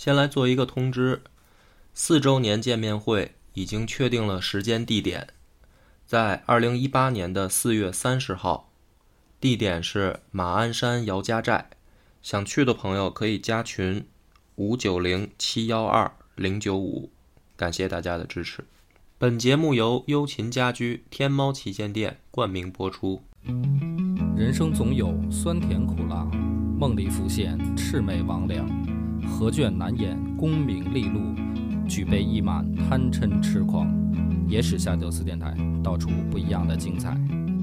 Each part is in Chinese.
先来做一个通知，4周年见面会已经确定了时间地点，在2018年的4月30号，地点是马鞍山姚家寨，想去的朋友可以加群590-712-095，感谢大家的支持。本节目由优琴家居天猫旗舰店冠名播出。 人生总有酸甜苦辣，梦里浮现魑魅魍魉，何卷难掩功名利禄，举杯一满贪嗔痴狂。野史下酒四电台，道出不一样的精彩。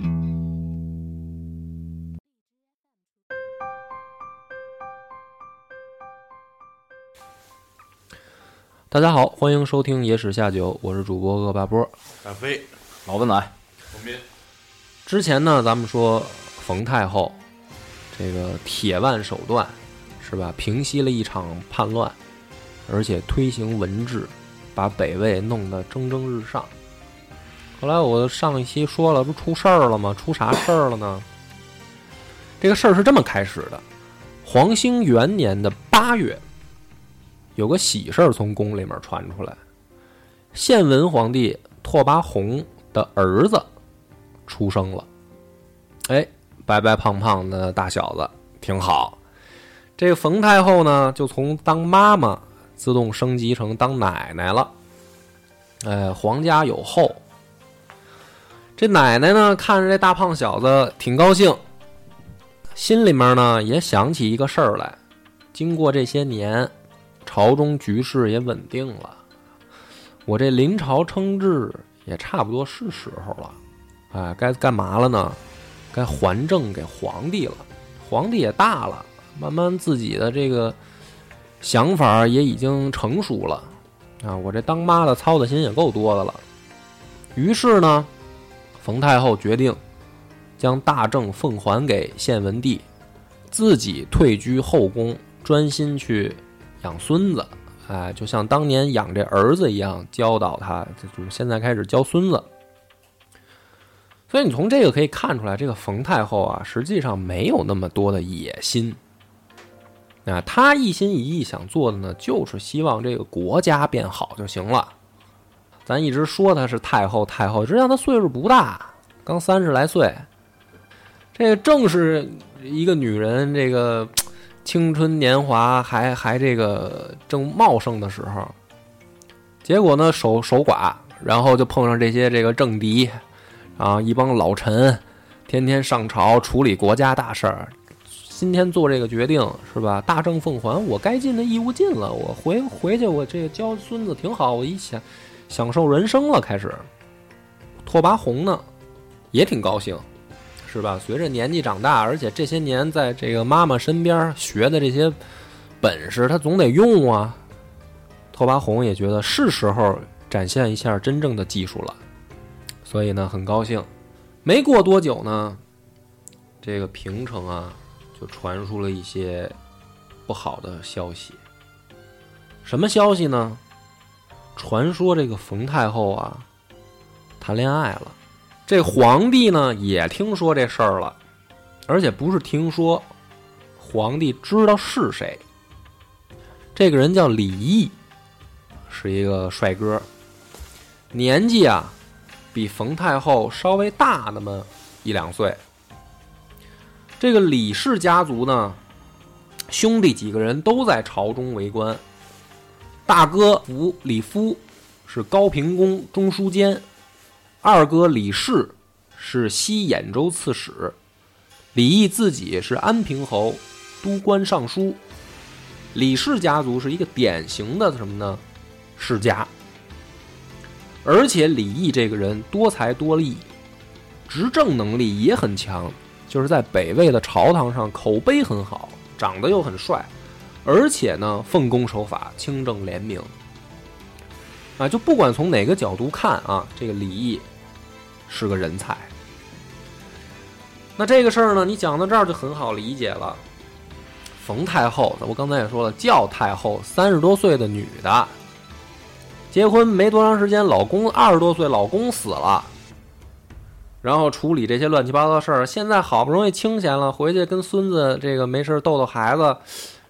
大家好，欢迎收听野史下酒，我是主播恶霸波。 大飞， 老文来， 洪斌。 之前呢，咱们说冯太后这个铁腕手段是吧，平息了一场叛乱，而且推行文治，把北魏弄得蒸蒸日上。后来我上一期说了，不出事儿了吗？出啥事儿了呢？这个事儿是这么开始的：黄兴元年的8月，有个喜事儿从宫里面传出来，献文皇帝拓跋宏的儿子出生了。哎，白白胖胖的大小子挺好。这个冯太后呢，就从当妈妈自动升级成当奶奶了。皇家有后。这奶奶呢，看着这大胖小子挺高兴，心里面呢也想起一个事儿来。经过这些年，朝中局势也稳定了，我这临朝称制也差不多是时候了。该干嘛了呢？该还政给皇帝了。皇帝也大了，慢慢自己的这个想法也已经成熟了啊！我这当妈的操的心也够多的了。于是呢，冯太后决定将大政奉还给献文帝，自己退居后宫，专心去养孙子。就像当年养这儿子一样，教导他，就是现在开始教孙子。所以你从这个可以看出来，这个冯太后啊，实际上没有那么多的野心。她一心一意想做的呢，就是希望这个国家变好就行了。咱一直说她是太后，实际上她岁数不大，刚30来岁。这个正是一个女人这个青春年华还这个正茂盛的时候，结果呢守寡，然后就碰上这些这个政敌啊，一帮老臣天天上朝处理国家大事儿。今天做这个决定是吧？大政奉还，我该尽的义务尽了，我回去我这个教孙子挺好，我一享受人生了。开始，拓跋宏呢也挺高兴，是吧？随着年纪长大，而且这些年在这个妈妈身边学的这些本事，他总得用啊。拓跋宏也觉得是时候展现一下真正的技术了，所以呢很高兴。没过多久呢，这个平城啊就传出了一些不好的消息。什么消息呢？传说这个冯太后啊谈恋爱了。这皇帝呢也听说这事儿了，而且不是听说，皇帝知道是谁。这个人叫李毅，是一个帅哥，年纪啊比冯太后稍微大那么1-2岁。这个李氏家族呢，兄弟几个人都在朝中为官。大哥李夫是高平宫中书监，二哥李氏是西兖州刺史，李毅自己是安平侯都官尚书。李氏家族是一个典型的什么呢？世家。而且李毅这个人多才多艺，执政能力也很强，就是在北魏的朝堂上口碑很好，长得又很帅，而且呢奉公守法，清正廉明。就不管从哪个角度看啊，这个李毅是个人才。那这个事儿呢，你讲到这儿就很好理解了。冯太后，我刚才也说了，叫太后，30多岁的女的，结婚没多长时间，老公20多岁，老公死了，然后处理这些乱七八糟的事儿。现在好不容易清闲了，回去跟孙子这个没事逗逗孩子，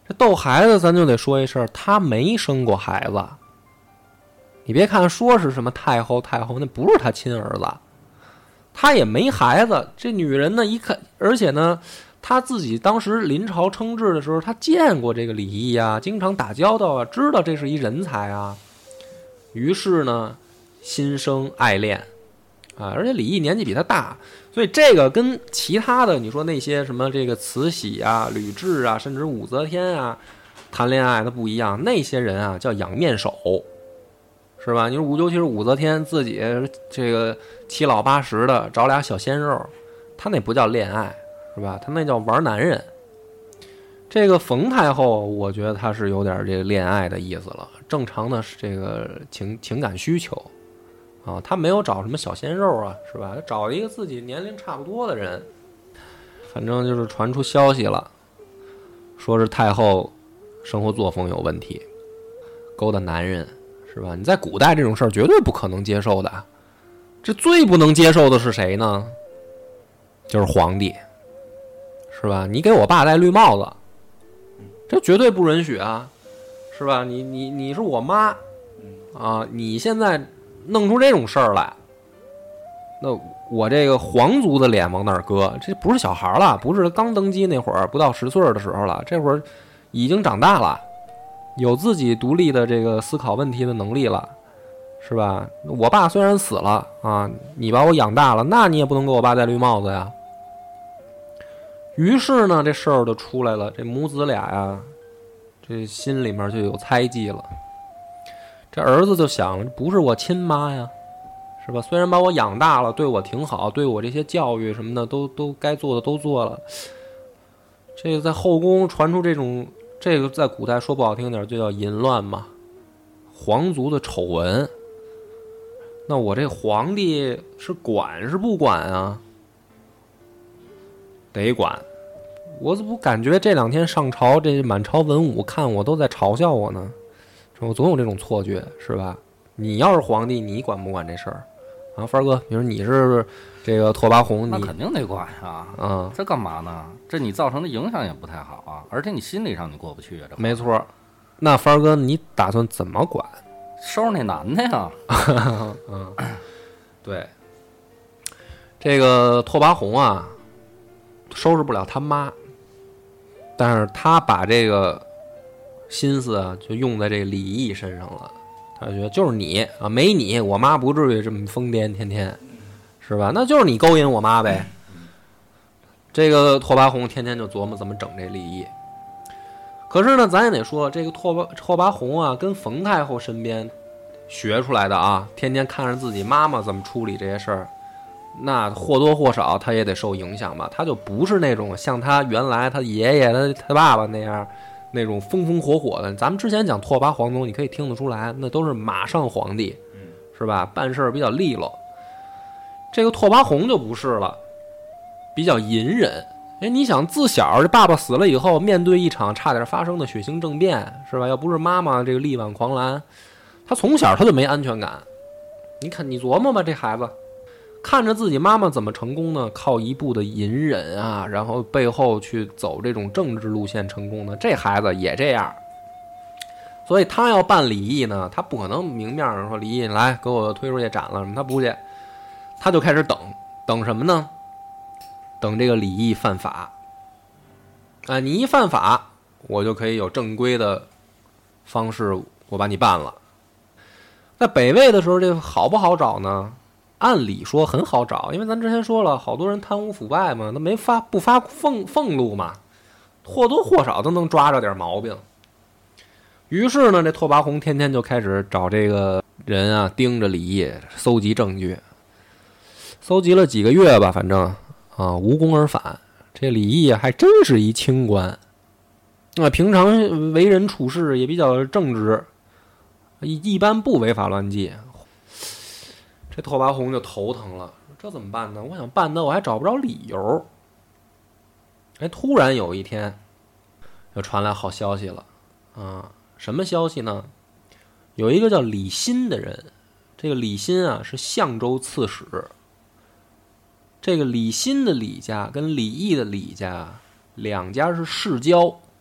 这逗孩子咱就得说一声，他没生过孩子。你别看说是什么太后，那不是他亲儿子，他也没孩子。这女人呢一看，而且呢他自己当时临朝称制的时候，他见过这个李毅啊，经常打交道啊，知道这是一人才啊。于是呢心生爱恋啊，而且李毅年纪比他大，所以这个跟其他的你说那些什么这个慈禧啊、吕雉啊，甚至武则天啊谈恋爱的不一样。那些人啊叫养面首，是吧？你说尤其是武则天自己这个七老八十的找俩小鲜肉，他那不叫恋爱，是吧？他那叫玩男人。这个冯太后，我觉得她是有点这个恋爱的意思了，正常的是这个情感需求啊，她没有找什么小鲜肉啊，是吧？找一个自己年龄差不多的人。反正就是传出消息了，说是太后生活作风有问题，勾搭男人，是吧？你在古代这种事儿绝对不可能接受的。这最不能接受的是谁呢？就是皇帝，是吧？你给我爸戴绿帽子，这绝对不允许啊，是吧？你是我妈啊，你现在弄出这种事儿来，那我这个皇族的脸往哪儿搁？这不是小孩了，不是刚登基那会儿不到10岁的时候了，这会儿已经长大了，有自己独立的这个思考问题的能力了，是吧？我爸虽然死了啊，你把我养大了，那你也不能给我爸戴绿帽子呀。于是呢，这事儿就出来了，这母子俩呀，这心里面就有猜忌了。这儿子就想了，不是我亲妈呀，是吧？虽然把我养大了，对我挺好，对我这些教育什么的都该做的都做了。这个在后宫传出这种，这个在古代说不好听点就叫淫乱嘛，皇族的丑闻。那我这皇帝是管是不管啊？得管。我怎么感觉这2天上朝，这满朝文武看我都在嘲笑我呢？我总有这种错觉，是吧？你要是皇帝，你管不管这事儿啊？帆儿哥，比如你是这个拓跋宏， 那肯定得管啊！这干嘛呢？这你造成的影响也不太好啊，而且你心理上你过不去啊。这没错。那帆儿哥，你打算怎么管？ 收拾那男的呀。 对，这个拓跋宏啊，收拾不了他妈，但是他把这个心思啊就用在这个李毅身上了。他觉得就是你啊，没你我妈不至于这么疯癫，天天，是吧？那就是你勾引我妈呗。这个拓跋宏天天就琢磨怎么整这李毅。可是呢，咱也得说，这个拓跋宏啊，跟冯太后身边学出来的啊，天天看着自己妈妈怎么处理这些事儿，那或多或少他也得受影响吧。他就不是那种像他原来他爷爷他爸爸那样那种风风火火的。咱们之前讲拓跋皇宗，你可以听得出来，那都是马上皇帝，是吧？办事比较利落。这个拓跋宏就不是了，比较隐忍。你想自小这爸爸死了以后，面对一场差点发生的血腥政变，是吧？要不是妈妈这个力挽狂澜，他从小他就没安全感。你看你琢磨吧，这孩子看着自己妈妈怎么成功呢？靠一步的隐忍啊，然后背后去走这种政治路线成功的，这孩子也这样。所以他要办李毅呢，他不可能明面上说李毅来给我推出去斩了什么，他不去，他就开始等什么呢？等这个李毅犯法。你一犯法，我就可以有正规的方式，我把你办了。在北魏的时候，这好不好找呢？按理说很好找，因为咱之前说了，好多人贪污腐败嘛，那不发俸禄嘛，或多或少都能抓着点毛病。于是呢，这拓跋宏天天就开始找这个人啊，盯着李毅搜集证据，搜集了几个月吧，反正啊无功而返。这李毅还真是一清官，平常为人处事也比较正直，一般不违法乱纪。这拓跋宏就头疼了，这怎么办呢？我想办的我还找不着理由。突然有一天又传来好消息了啊！什么消息呢？有一个叫李欣的人，这个李欣啊是相州刺史。这个李欣的李家跟李毅的李家两家是世交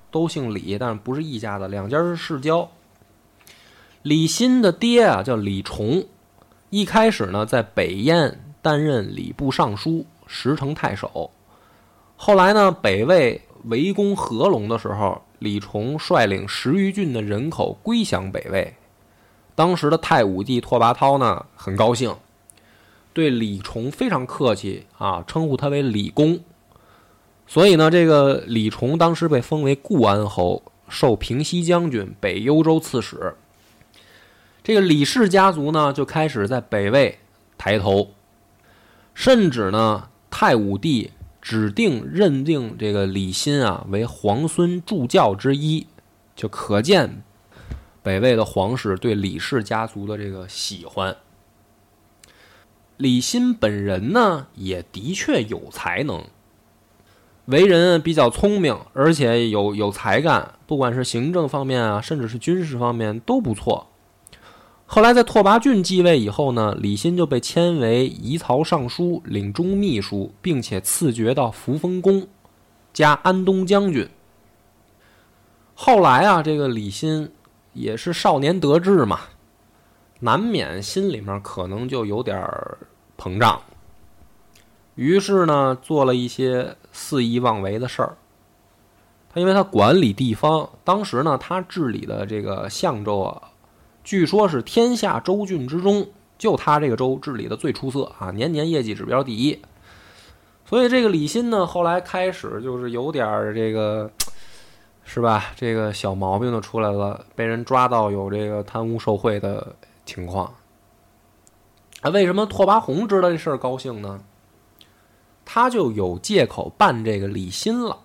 都姓李，但是不是一家的，两家是世交。李欣的爹啊叫李崇，一开始呢在北燕担任礼部尚书、时承太守。后来呢，北魏围攻合龙的时候，李崇率领10余郡的人口归降北魏。当时的太武帝拓跋焘呢很高兴，对李崇非常客气啊，称呼他为李公。所以呢，这个李崇当时被封为固安侯，授平西将军、北幽州刺史。这个李氏家族呢就开始在北魏抬头，甚至呢太武帝认定这个李欣啊为皇孙助教之一，就可见北魏的皇室对李氏家族的这个喜欢。李欣本人呢也的确有才能，为人比较聪明，而且有才干，不管是行政方面啊，甚至是军事方面都不错。后来在拓跋浚继位以后呢，李欣就被迁为仪曹尚书、领中秘书，并且赐爵到扶风公，加安东将军。后来啊，这个李欣也是少年得志嘛，难免心里面可能就有点膨胀，于是呢做了一些肆意妄为的事儿。因为他管理地方，当时呢他治理的这个相州啊，据说是天下州郡之中就他这个州治理的最出色啊，年年业绩指标第一。所以这个李欣呢后来开始就是有点这个是吧，这个小毛病就出来了，被人抓到有这个贪污受贿的情况。为什么拓跋宏知道这事儿高兴呢？他就有借口办这个李欣了。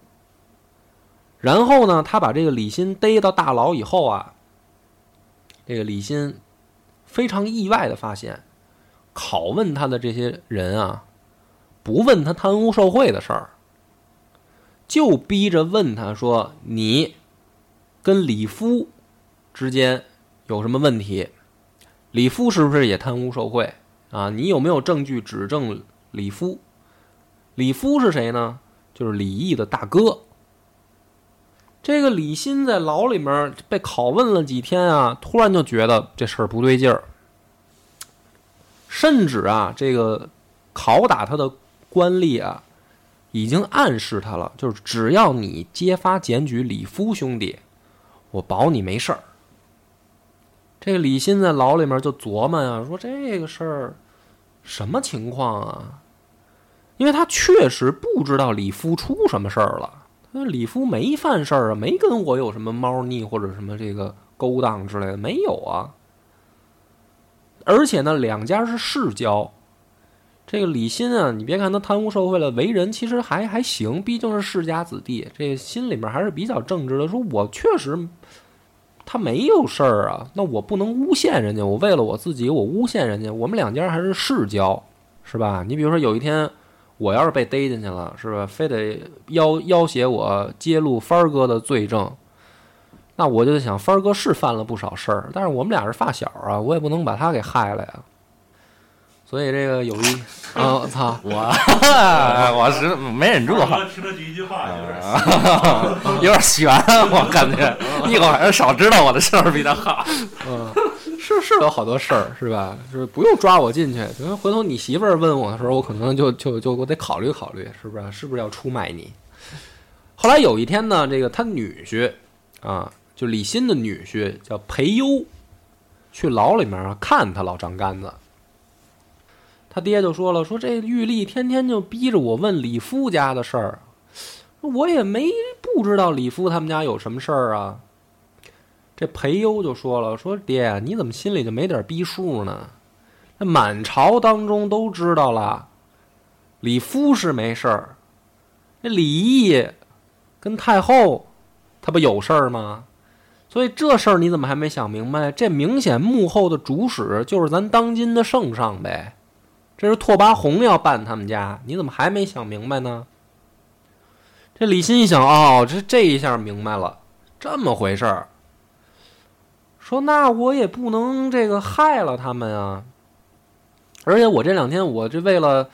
然后呢，他把这个李欣逮到大牢以后啊，这个李欣非常意外的发现，拷问他的这些人啊，不问他贪污受贿的事儿，就逼着问他说，你跟李夫之间有什么问题？李夫是不是也贪污受贿啊？你有没有证据指证李夫？李夫是谁呢？就是李毅的大哥。这个李欣在牢里面被拷问了几天啊，突然就觉得这事儿不对劲儿，甚至啊，这个拷打他的官吏啊，已经暗示他了，就是只要你揭发检举李夫兄弟，我保你没事儿。这个李欣在牢里面就琢磨啊，说这个事儿什么情况啊？因为他确实不知道李夫出什么事儿了。李夫没犯事儿啊，没跟我有什么猫腻或者什么这个勾当之类的，没有啊。而且呢，两家是世交。这个李欣啊，你别看他贪污受贿了，为人其实还行，毕竟是世家子弟，这个心里面还是比较正直的。说我确实他没有事儿啊，那我不能诬陷人家，我为了我自己，我诬陷人家，我们两家还是世交，是吧？你比如说有一天我要是被逮进去了，是吧？非得要挟我揭露帆儿哥的罪证，那我就想，帆儿哥是犯了不少事儿，但是我们俩是发小啊，我也不能把他给害了呀。所以这个有一啊，操， 我是没忍住， 听了第一句话有点悬，我感觉以后还是少知道我的事儿比较好。 是有好多事儿，是吧？就是不用抓我进去，因为回头你媳妇儿问我的时候，我可能就我得考虑考虑，是不是？是不是要出卖你？后来有一天呢，这个他女婿啊，就李欣的女婿叫裴优，去牢里面看他老张杆子。他爹就说了，说这玉丽天天就逼着我问李夫家的事儿，我也不知道李夫他们家有什么事儿啊。这裴优就说了，说爹，你怎么心里就没点逼数呢？那满朝当中都知道了，李夫是没事儿，那李毅跟太后他不有事儿吗？所以这事儿你怎么还没想明白？这明显幕后的主使就是咱当今的圣上呗，这是拓跋宏要办他们家，你怎么还没想明白呢？这李欣一想，哦，这一下明白了，这么回事儿。说那我也不能这个害了他们啊，而且我这两天我这为了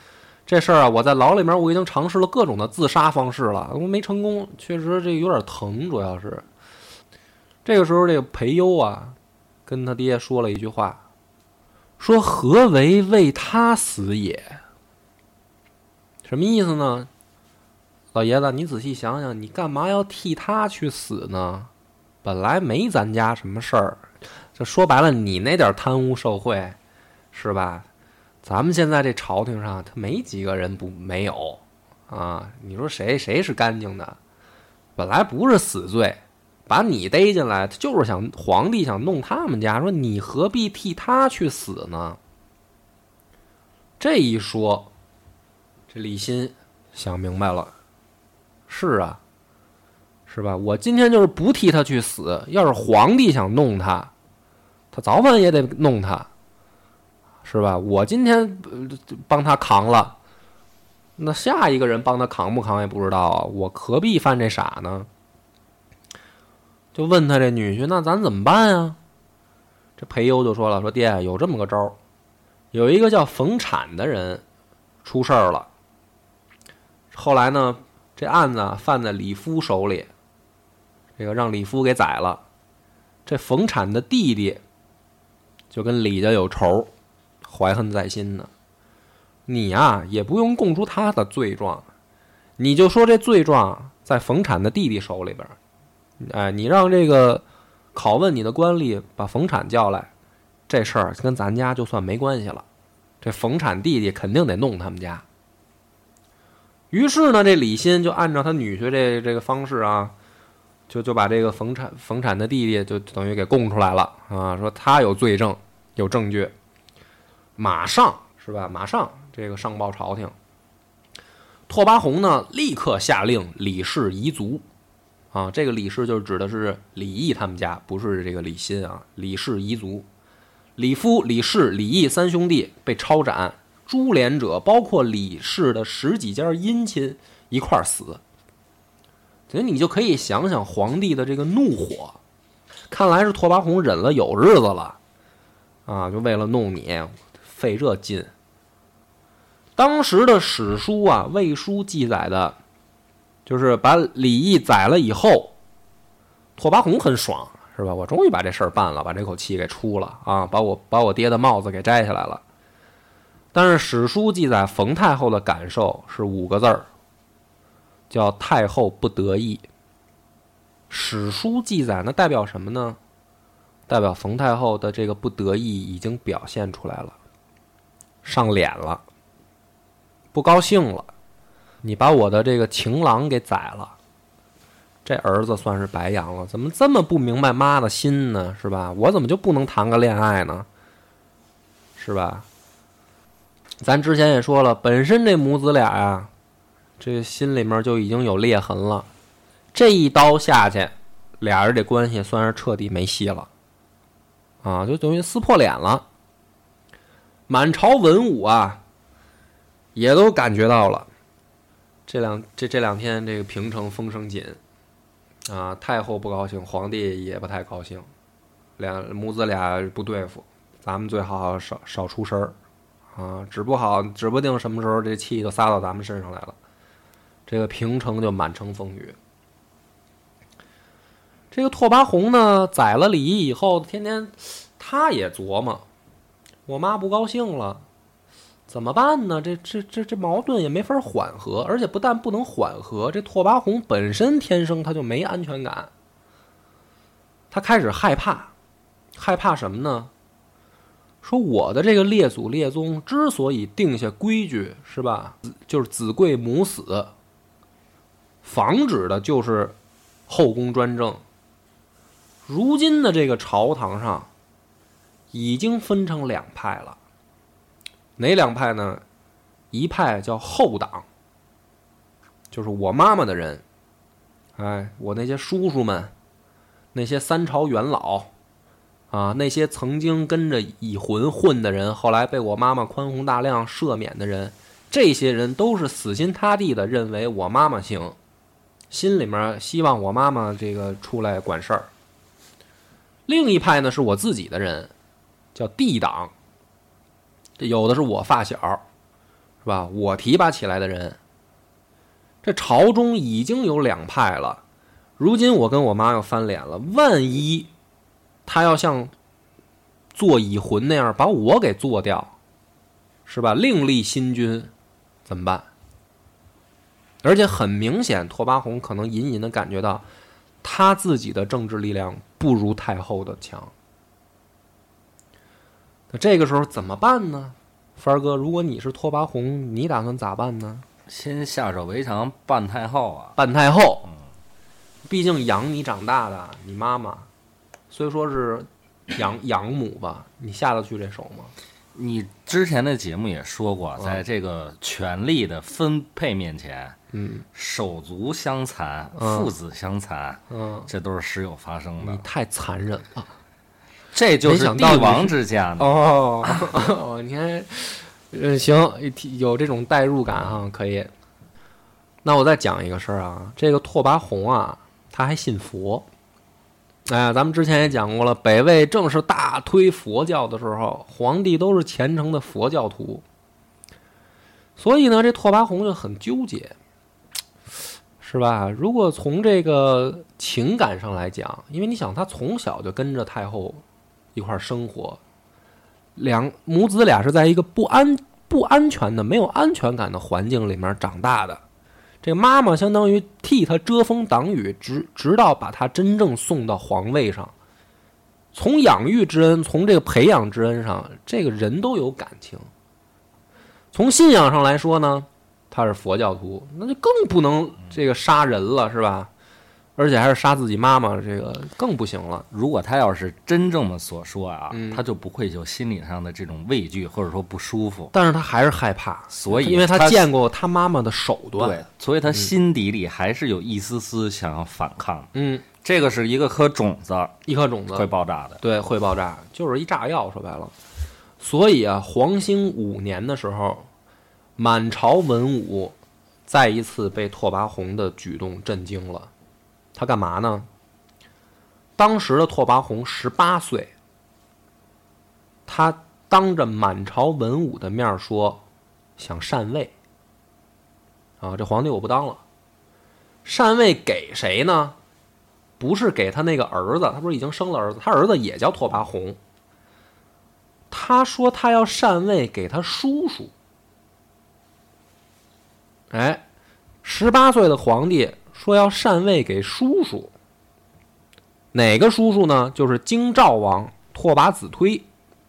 这事儿啊，我在牢里面我已经尝试了各种的自杀方式了，我没成功，确实这有点疼，主要是。这个时候，这个裴优啊，跟他爹说了一句话，说何为他死也？什么意思呢？老爷子，你仔细想想，你干嘛要替他去死呢？本来没咱家什么事儿，这说白了，你那点贪污受贿，是吧？咱们现在这朝廷上，他没几个人没有啊。你说谁是干净的？本来不是死罪，把你逮进来，就是皇帝想弄他们家，说你何必替他去死呢？这一说，这李欣想明白了。是啊，是吧？我今天就是不替他去死，要是皇帝想弄他，他早晚也得弄他，是吧？我今天帮他扛了，那下一个人帮他扛不扛也不知道啊，我何必犯这傻呢？就问他这女婿，那咱怎么办啊？这裴优就说了，说爹，有这么个招，有一个叫冯产的人出事儿了，后来呢，这案子犯在李夫手里，这个让李夫给宰了。这冯产的弟弟就跟李家有仇，怀恨在心呢。你啊，也不用供出他的罪状，你就说这罪状在冯产的弟弟手里边。哎，你让这个拷问你的官吏把冯产叫来，这事儿跟咱家就算没关系了。这冯产弟弟肯定得弄他们家。于是呢，这李欣就按照他女婿这个方式啊，就把这个冯产的弟弟就等于给供出来了啊，说他有罪证，有证据，马上是吧？马上这个上报朝廷。拓跋宏呢，立刻下令李氏夷族啊，这个李氏就指的是李毅他们家，不是这个李欣啊。李氏夷族，李夫、李氏、李毅三兄弟被抄斩。株连者包括李氏的10几家姻亲一块儿死，所以你就可以想想皇帝的这个怒火。看来是拓跋宏忍了有日子了啊，就为了弄你，费这劲。当时的史书啊，魏书记载的，就是把李毅宰了以后，拓跋宏很爽，是吧？我终于把这事儿办了，把这口气给出了啊，把我爹的帽子给摘下来了。但是史书记载冯太后的感受是5个字儿，叫太后不得意。史书记载那代表什么呢？代表冯太后的这个不得意已经表现出来了，上脸了，不高兴了。你把我的这个情郎给宰了，这儿子算是白养了。怎么这么不明白妈的心呢？是吧？我怎么就不能谈个恋爱呢？是吧？咱之前也说了，本身这母子俩呀，这心里面就已经有裂痕了。这一刀下去，俩人这关系算是彻底没戏了，啊，就等于撕破脸了。满朝文武啊，也都感觉到了。这两天这个平城风声紧，啊，太后不高兴，皇帝也不太高兴，母子俩不对付，咱们最好少出声儿。啊，指不定什么时候这气就撒到咱们身上来了，这个平城就满城风雨。这个拓跋宏呢，宰了李毅以后，天天他也琢磨，我妈不高兴了，怎么办呢？这矛盾也没法缓和，而且不但不能缓和，这拓跋宏本身天生他就没安全感，他开始害怕什么呢？说我的这个列祖列宗之所以定下规矩，是吧？就是子贵母死，防止的就是后宫专政。如今的这个朝堂上已经分成2派了，哪2派呢？一派叫后党，就是我妈妈的人，哎，我那些叔叔们，那些3朝元老啊，那些曾经跟着乙浑混的人，后来被我妈妈宽宏大量赦免的人，这些人都是死心塌地的认为我妈妈行，心里面希望我妈妈这个出来管事儿。另一派呢是我自己的人，叫弟党，这有的是我发小， 是吧？我提拔起来的人，这朝中已经有2派了，如今我跟我妈要翻脸了，万一他要像做乙浑那样把我给做掉，是吧？另立新君怎么办？而且很明显，拓跋宏可能隐隐的感觉到他自己的政治力量不如太后的强。那这个时候怎么办呢？帆儿哥，如果你是拓跋宏，你打算咋办呢？ 先下手为强，办太后啊！ 办太后，毕竟养你长大的你妈妈，虽说是养母吧，你下得去这手吗？ 你之前的节目也说过，在这个权力的分配面前，手足相残，父子相残，这都是时有发生的。 你太残忍了， 这就是帝王之家呢。 哦，你看，行，有这种代入感哈，可以。那我再讲一个事儿啊，这个拓跋宏啊，他还信佛。哎，咱们之前也讲过了，北魏正是大推佛教的时候，皇帝都是虔诚的佛教徒，所以呢，这拓跋宏就很纠结，是吧？如果从这个情感上来讲，因为你想，他从小就跟着太后一块生活，母子俩是在一个不安全的、没有安全感的环境里面长大的。这个妈妈相当于替他遮风挡雨，直到把他真正送到皇位上。从养育之恩，从这个培养之恩上，这个人都有感情。从信仰上来说呢，他是佛教徒，那就更不能这个杀人了，是吧？而且还是杀自己妈妈，这个更不行了。 如果他要是真正的所说啊，他就不会有心理上的这种畏惧或者说不舒服， 但是他还是害怕， 所以因为他见过他妈妈的手段， 对，所以他心底里还是有一丝丝想要反抗。 这个是一颗种子会爆炸的， 对，会爆炸，就是一炸药，说白了。所以啊，黄兴5年的时候，满朝文武再一次被拓跋宏的举动震惊了。他干嘛呢？当时的拓跋宏18岁，他当着满朝文武的面说想禅位啊，这皇帝我不当了。禅位给谁呢？不是给他那个儿子，他不是已经生了儿子，他儿子也叫拓跋宏。他说他要禅位给他叔叔。哎，18岁的皇帝说要禅位给叔叔，哪个叔叔呢？就是京兆王拓跋子推。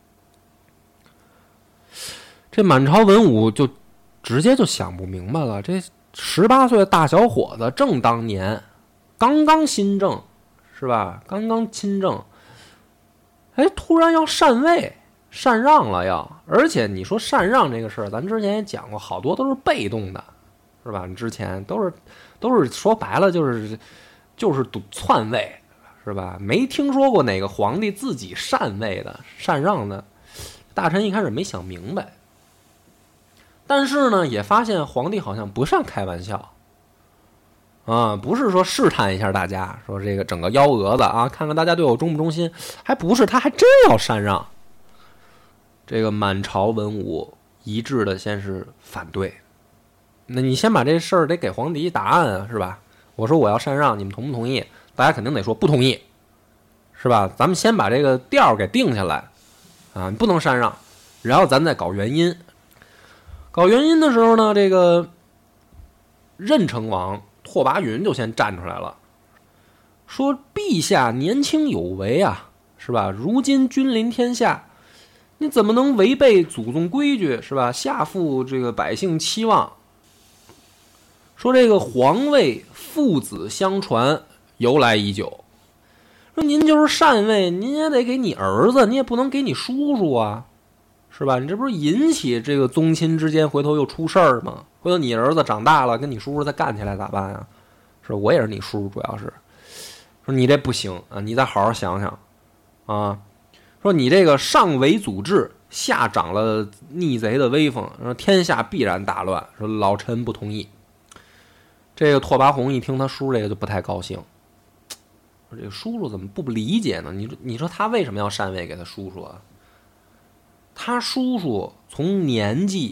这满朝文武就直接就想不明白了，这18岁的大小伙子正当年，刚刚新政，是吧？刚刚亲政，哎，突然要禅位，禅让了要，而且你说禅让这个事儿，咱之前也讲过，好多都是被动的，是吧？你之前都是说白了就是赌篡位，是吧？没听说过哪个皇帝自己禅位的、禅让的。大臣一开始没想明白，但是呢，也发现皇帝好像不善开玩笑啊，不是说试探一下大家，说这个整个幺蛾子啊，看看大家对我忠不忠心，还不是，他还真要禅让。这个满朝文武一致的先是反对。那你先把这事儿得给皇帝一答案啊，是吧？我说我要禅让，你们同不同意？大家肯定得说不同意，是吧？咱们先把这个调给定下来啊，你不能禅让，然后咱再搞原因。搞原因的时候呢，这个任城王拓跋云就先站出来了，说陛下年轻有为啊，是吧？如今君临天下，你怎么能违背祖宗规矩，是吧？下负这个百姓期望。说这个皇位父子相传由来已久，说您就是禅位，您也得给你儿子，你也不能给你叔叔啊，是吧？你这不是引起这个宗亲之间回头又出事儿吗？回头你儿子长大了跟你叔叔再干起来咋办啊？是我也是你叔叔，主要是说你这不行啊，你再好好想想啊。说你这个上违祖制，下长了逆贼的威风，说天下必然大乱，说老臣不同意。这个拓跋宏一听他叔这个就不太高兴，说这个叔叔怎么不理解呢？你说他为什么要禅位给他叔叔啊？他叔叔从年纪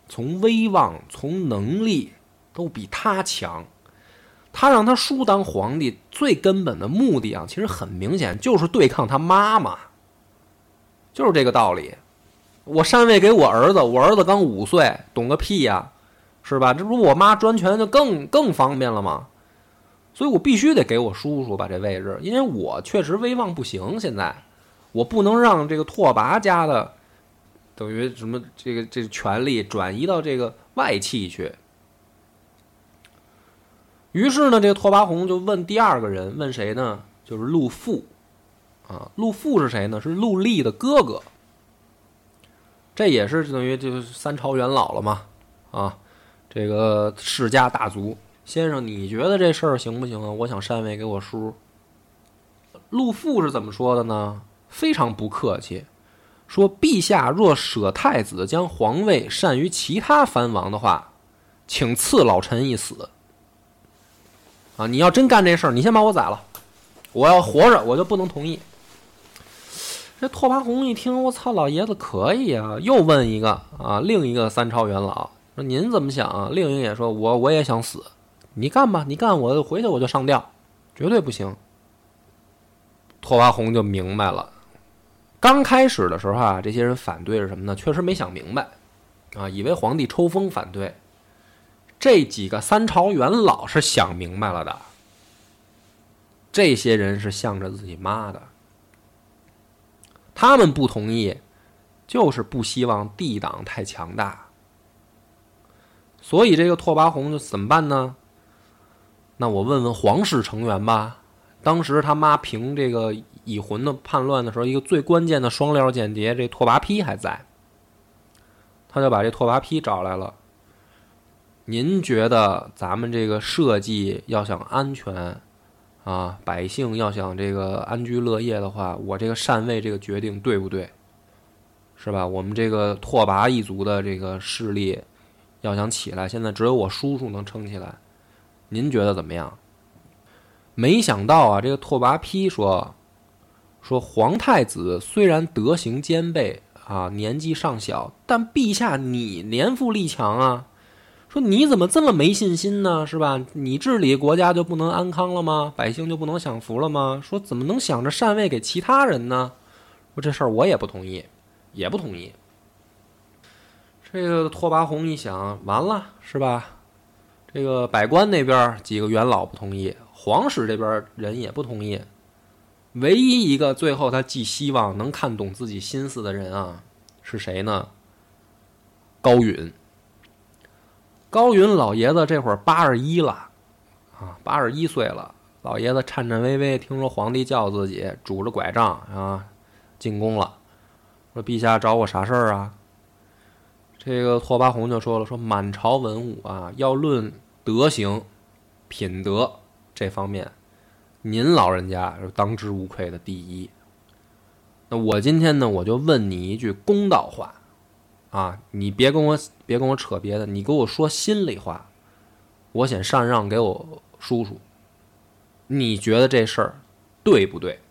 从威望、从能力都比他强。他让他叔当皇帝，最根本的目的啊，其实很明显，就是对抗他妈妈，就是这个道理。我禅位给我儿子，我儿子刚5岁，懂个屁呀，是吧？这不是我妈专权就更方便了吗？所以我必须得给我叔叔把这位置，因为我确实威望不行，现在我不能让这个拓跋家的等于什么这个权力转移到这个外戚去。于是呢，这个拓跋宏就问第二个人，问谁呢？就是陆父啊。陆父是谁呢？是陆厉的哥哥。这也是等于就是三朝元老了嘛啊，这个世家大族。先生，你觉得这事儿行不行啊？我想禅位给我叔。陆父是怎么说的呢？非常不客气，说陛下若舍太子将皇位禅于其他藩王的话，请赐老臣一死。啊，你要真干这事儿，你先把我宰了，我要活着我就不能同意。这拓跋宏一听，我操，老爷子可以啊！又问一个啊，另一个三朝元老说您怎么想啊？另一个也说我也想死，你干吧，你干我回去我就上吊，绝对不行。拓跋宏就明白了，刚开始的时候啊，这些人反对是什么呢？确实没想明白啊，以为皇帝抽风反对。这几个三朝元老是想明白了的，这些人是向着自己妈的，他们不同意，就是不希望帝党太强大。所以这个拓跋宏就怎么办呢？那我问问皇室成员吧。当时他妈凭这个已婚的叛乱的时候，一个最关键的双料间谍，这拓跋丕还在，他就把这拓跋丕找来了。您觉得咱们这个社稷要想安全啊，百姓要想这个安居乐业的话，我这个禅位这个决定对不对？是吧？我们这个拓跋一族的这个势力要想起来，现在只有我叔叔能撑起来，您觉得怎么样？没想到啊，这个拓跋丕说皇太子虽然德行兼备啊，年纪尚小，但陛下你年富力强啊。说你怎么这么没信心呢？是吧？你治理国家就不能安康了吗？百姓就不能享福了吗？说怎么能想着禅位给其他人呢？说这事儿我也不同意，也不同意。这个拓跋宏一想，完了是吧？这个百官那边几个元老不同意，皇室这边人也不同意，唯一一个最后他寄希望能看懂自己心思的人啊，是谁呢？高允。高允老爷子这会儿81了啊，81岁了。老爷子颤颤巍巍，听说皇帝叫自己，拄着拐杖啊进宫了，说陛下找我啥事儿啊？这个拓跋宏就说了，说满朝文武啊，要论德行、品德这方面，您老人家是当之无愧的第一。那我今天呢，我就问你一句公道话。啊，你别跟我扯别的，你给我说心里话。我想禅让给我叔叔，你觉得这事儿对不对？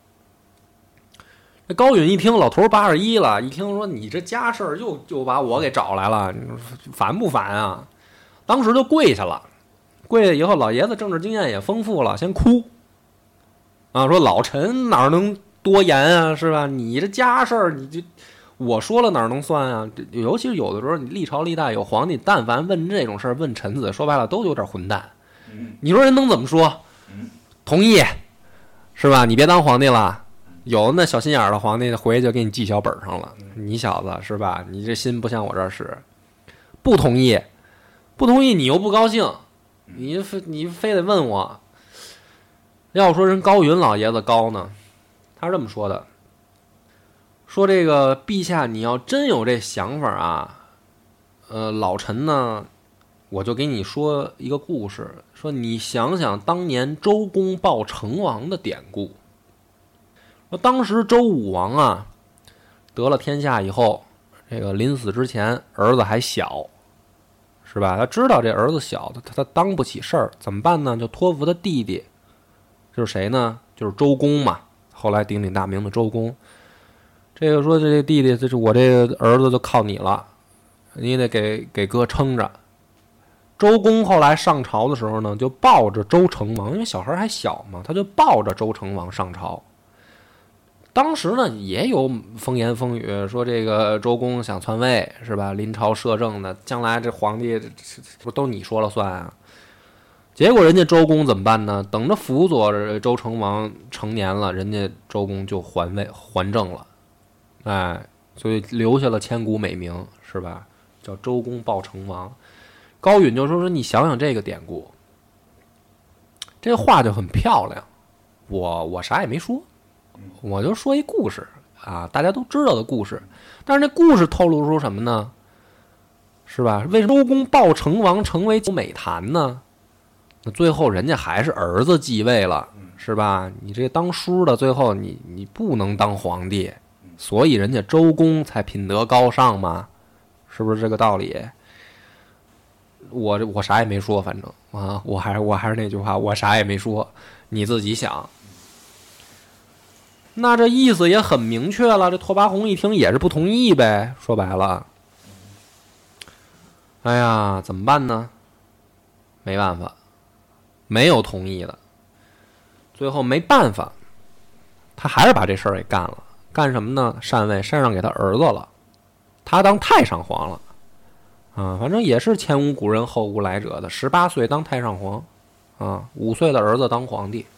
这高允一听，老头81了，一听说你这家事儿又把我给找来了，烦不烦啊？当时就跪下了，跪下以后，老爷子政治经验也丰富了，先哭啊，说老臣哪能多言啊，是吧？你这家事儿，你就。我说了哪能算啊？尤其是有的时候，你历朝历代有皇帝，但凡问这种事儿，问臣子，说白了都有点混蛋。你说人能怎么说？同意，是吧？你别当皇帝了。有那小心眼儿的皇帝，回去就给你记小本上了。你小子是吧？你这心不像我这儿使。不同意，不同意，你又不高兴，你非得问我。要说人高允老爷子高呢，他是这么说的。说这个陛下，你要真有这想法啊，老臣呢，我就给你说一个故事。说你想想当年周公报成王的典故。说当时周武王啊，得了天下以后，这个临死之前，儿子还小，是吧？他知道这儿子小，他当不起事儿，怎么办呢？就托付他弟弟，就是谁呢？就是周公嘛，后来鼎鼎大名的周公。这个说这弟弟，这是我这个儿子就靠你了， 你得给哥撑着。周公后来上朝的时候呢，就抱着周成王，因为小孩还小嘛，他就抱着周成王上朝。当时呢也有风言风语说这个周公想篡位是吧？临朝摄政的，将来这皇帝不都你说了算啊？结果人家周公怎么办呢？等着辅佐周成王成年了，人家周公就还政了，哎，所以留下了千古美名是吧？叫周公抱成王。高允就说你想想这个典故，这个话就很漂亮。我啥也没说。我就说一故事啊，大家都知道的故事，但是那故事透露出什么呢？是吧？为什么周公抱成王成为美谈呢？那最后人家还是儿子继位了，是吧？你这当叔的最后你不能当皇帝，所以人家周公才品德高尚嘛，是不是这个道理？我啥也没说，反正啊，我还是那句话，我啥也没说，你自己想。那这意思也很明确了，这拓跋宏一听也是不同意呗，说白了。哎呀，怎么办呢？没办法，没有同意的。最后没办法，他还是把这事儿给干了。干什么呢？禅位禅让给他儿子了，他当太上皇了。啊，反正也是前无古人后无来者的，18岁当太上皇，啊，5岁的儿子当皇帝。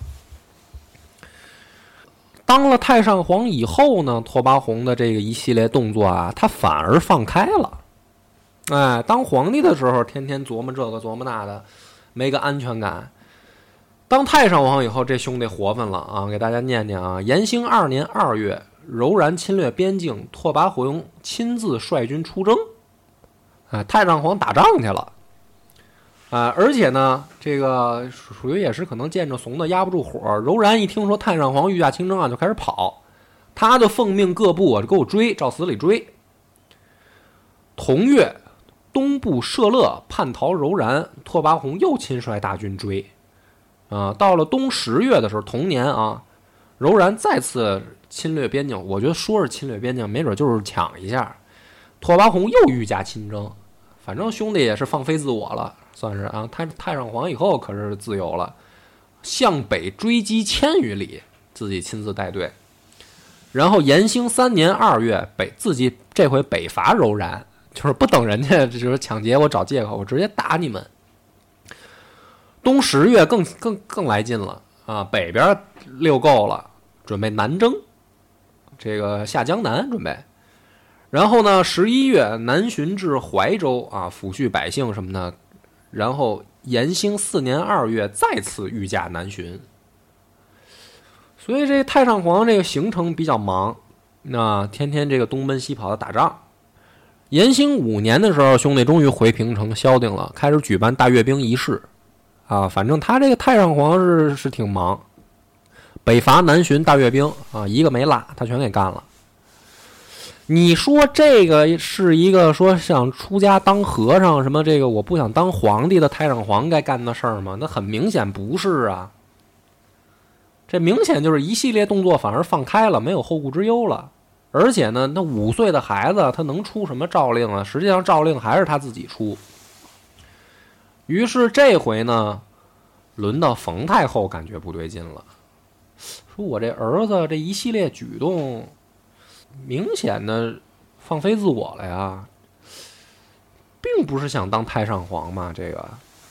当了太上皇以后呢，拓跋宏的这个一系列动作啊，他反而放开了。哎，当皇帝的时候，天天琢磨这个琢磨那的，没个安全感。当太上皇以后，这兄弟活泛了啊！给大家念念啊：延兴2年2月，柔然侵略边境，拓跋宏亲自率军出征。太上皇打仗去了。而且呢，这个属于也是可能见着怂的压不住火。柔然一听说太上皇御驾亲征啊，就开始跑，他就奉命各部给我追，照死里追。同月，东部舍勒叛逃柔然，拓跋宏又亲率大军追。到了冬10月的时候，同年啊，柔然再次侵略边境。我觉得说是侵略边境，没准就是抢一下。拓跋宏又御驾亲征，反正兄弟也是放飞自我了。算是啊，太上皇以后可是自由了，向北追击1000余里，自己亲自带队。然后延兴3年2月，自己这回北伐柔然，就是不等人家就是抢劫，我找借口，我直接打你们。冬10月更来劲了啊，北边溜够了，准备南征，这个下江南准备。然后呢，11月南巡至怀州啊，抚恤百姓什么的。然后延兴4年2月再次御驾南巡，所以这太上皇这个行程比较忙，那天天这个东奔西跑的打仗。延兴5年的时候，兄弟终于回平城消定了，开始举办大阅兵仪式啊。反正他这个太上皇是挺忙，北伐南巡大阅兵啊，一个没落，他全给干了。你说这个是一个说想出家当和尚什么这个我不想当皇帝的太上皇该干的事儿吗？那很明显不是啊，这明显就是一系列动作反而放开了，没有后顾之忧了。而且呢，那5岁的孩子他能出什么诏令啊？实际上诏令还是他自己出。于是这回呢，轮到冯太后感觉不对劲了，说我这儿子这一系列举动明显的放飞自我了呀，并不是想当太上皇嘛。这个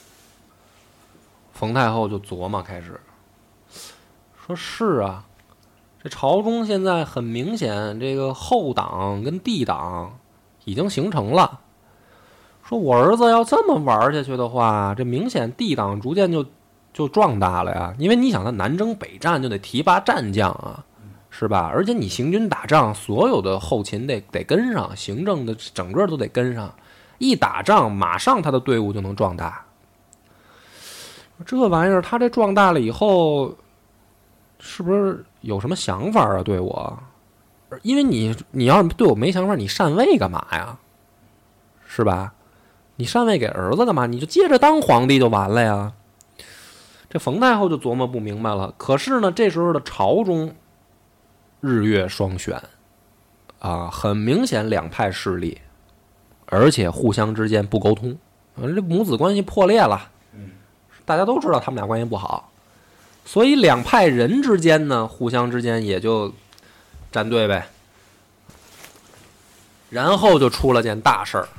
冯太后就琢磨，开始说是啊，这朝中现在很明显这个后党跟帝党已经形成了，说我儿子要这么玩下去的话，这明显帝党逐渐就壮大了呀。因为你想他南征北战就得提拔战将啊，是吧？而且你行军打仗，所有的后勤得跟上，行政的整个都得跟上。一打仗，马上他的队伍就能壮大。这玩意儿，他这壮大了以后，是不是有什么想法啊？对我，因为你要是对我没想法，你禅位干嘛呀？是吧？你禅位给儿子干嘛？你就接着当皇帝就完了呀。这冯太后就琢磨不明白了。可是呢，这时候的朝中日月双悬啊，很明显两派势力而且互相之间不沟通，这母子关系破裂了，大家都知道他们俩关系不好，所以两派人之间呢，互相之间也就站队呗。然后就出了件大事儿。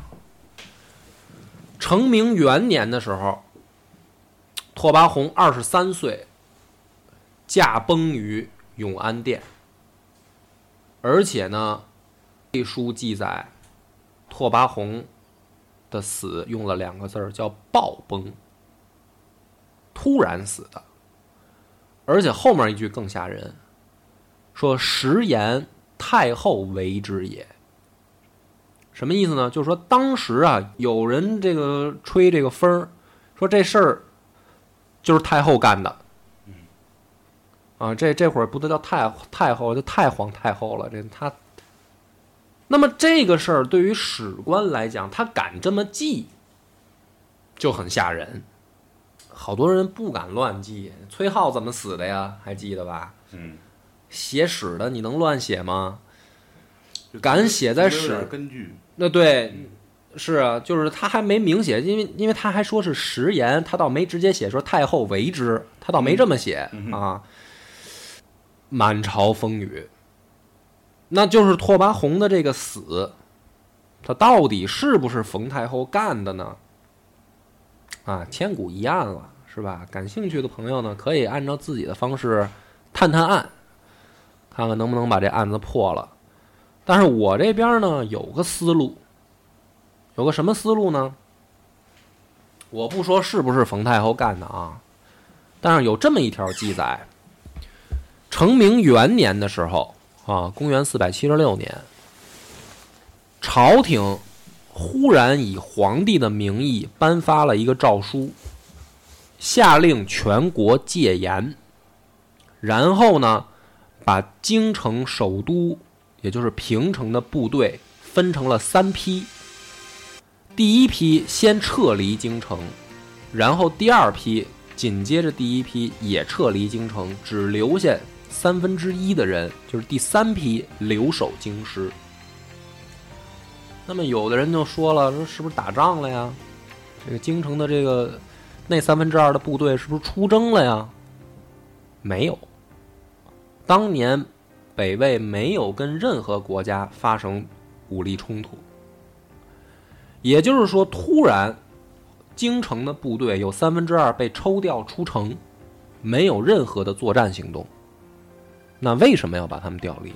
成明元年的时候，拓跋宏23岁，驾崩于永安殿。而且呢，这书记载，拓跋宏的死用了2个字儿，叫暴崩，突然死的。而且后面一句更吓人，说时言太后为之也。什么意思呢？就是说当时啊，有人这个吹这个风，说这事儿就是太后干的。啊，这会儿不都叫太后，就太皇太后了。他，那么这个事儿对于史官来讲，他敢这么记，就很吓人。好多人不敢乱记。崔颢怎么死的呀？还记得吧？写史的你能乱写吗？敢写在史根据。 那对，是啊，就是他还没明写，因为他还说是时言，他倒没直接写说太后为之，他倒没这么写啊。满朝风雨，那就是拓跋宏的这个死，他到底是不是冯太后干的呢？啊，千古疑案了，是吧？感兴趣的朋友呢，可以按照自己的方式探探案，看看能不能把这案子破了。但是我这边呢有个思路，有个什么思路呢？我不说是不是冯太后干的啊，但是有这么一条记载：成明元年的时候啊，公元476年，朝廷忽然以皇帝的名义颁发了一个诏书，下令全国戒严，然后呢，把京城首都，也就是平城的部队分成了3批。第一批先撤离京城，然后第2批紧接着第1批也撤离京城，只留下1/3的人，就是第3批留守京师。那么有的人就说了，说是不是打仗了呀？这个京城的这个那2/3的部队是不是出征了呀？没有，当年北魏没有跟任何国家发生武力冲突，也就是说，突然京城的部队有2/3被抽调出城，没有任何的作战行动。那为什么要把他们调离？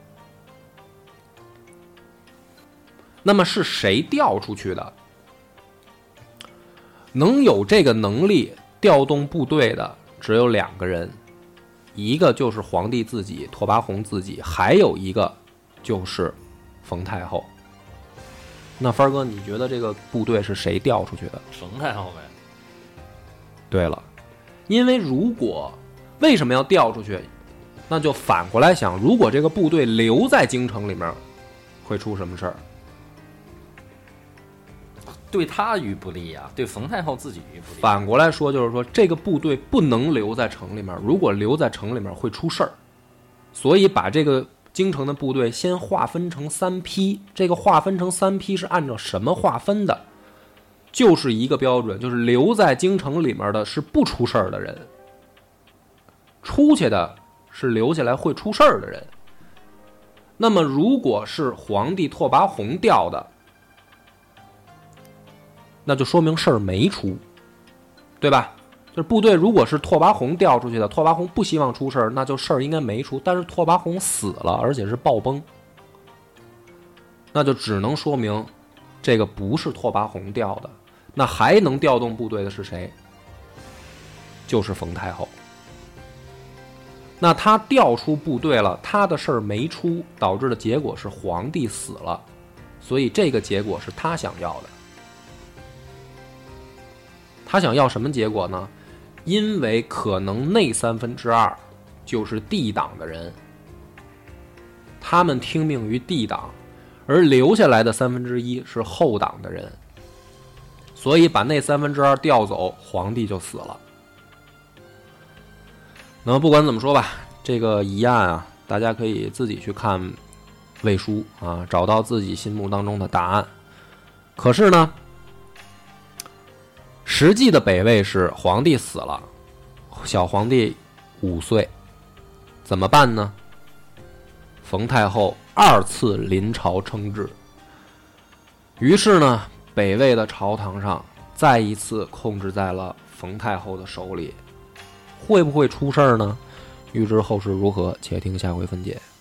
那么是谁调出去的？能有这个能力调动部队的只有2个人，一个就是皇帝自己，拓跋宏自己，还有一个就是冯太后。那帆哥，你觉得这个部队是谁调出去的？ 冯太后呗。 对了，因为为什么要调出去？那就反过来想，如果这个部队留在京城里面，会出什么事儿？ 对他于不利啊，对冯太后自己于不利。 反过来说，就是说这个部队不能留在城里面，如果留在城里面会出事儿，所以把这个京城的部队先划分成3批。这个划分成3批是按照什么划分的？就是一个标准，就是留在京城里面的是不出事儿的人，出去的是留下来会出事儿的人。那么如果是皇帝拓跋宏调的，那就说明事儿没出，对吧？就是部队如果是拓跋宏调出去的，拓跋宏不希望出事儿，那就事儿应该没出。但是拓跋宏死了，而且是暴崩，那就只能说明这个不是拓跋宏调的。那还能调动部队的是谁？就是冯太后。那他调出部队了，他的事儿没出，导致的结果是皇帝死了，所以这个结果是他想要的。他想要什么结果呢？因为可能那2/3就是帝党的人，他们听命于帝党，而留下来的1/3是后党的人，所以把那2/3调走，皇帝就死了。那么不管怎么说吧，这个疑案啊，大家可以自己去看魏书啊，找到自己心目当中的答案。 可是呢，实际的北魏是皇帝死了，小皇帝5岁，怎么办呢？冯太后2次临朝称制，于是呢，北魏的朝堂上再一次控制在了冯太后的手里。会不会出事儿呢？欲知后事如何，且听下回分解。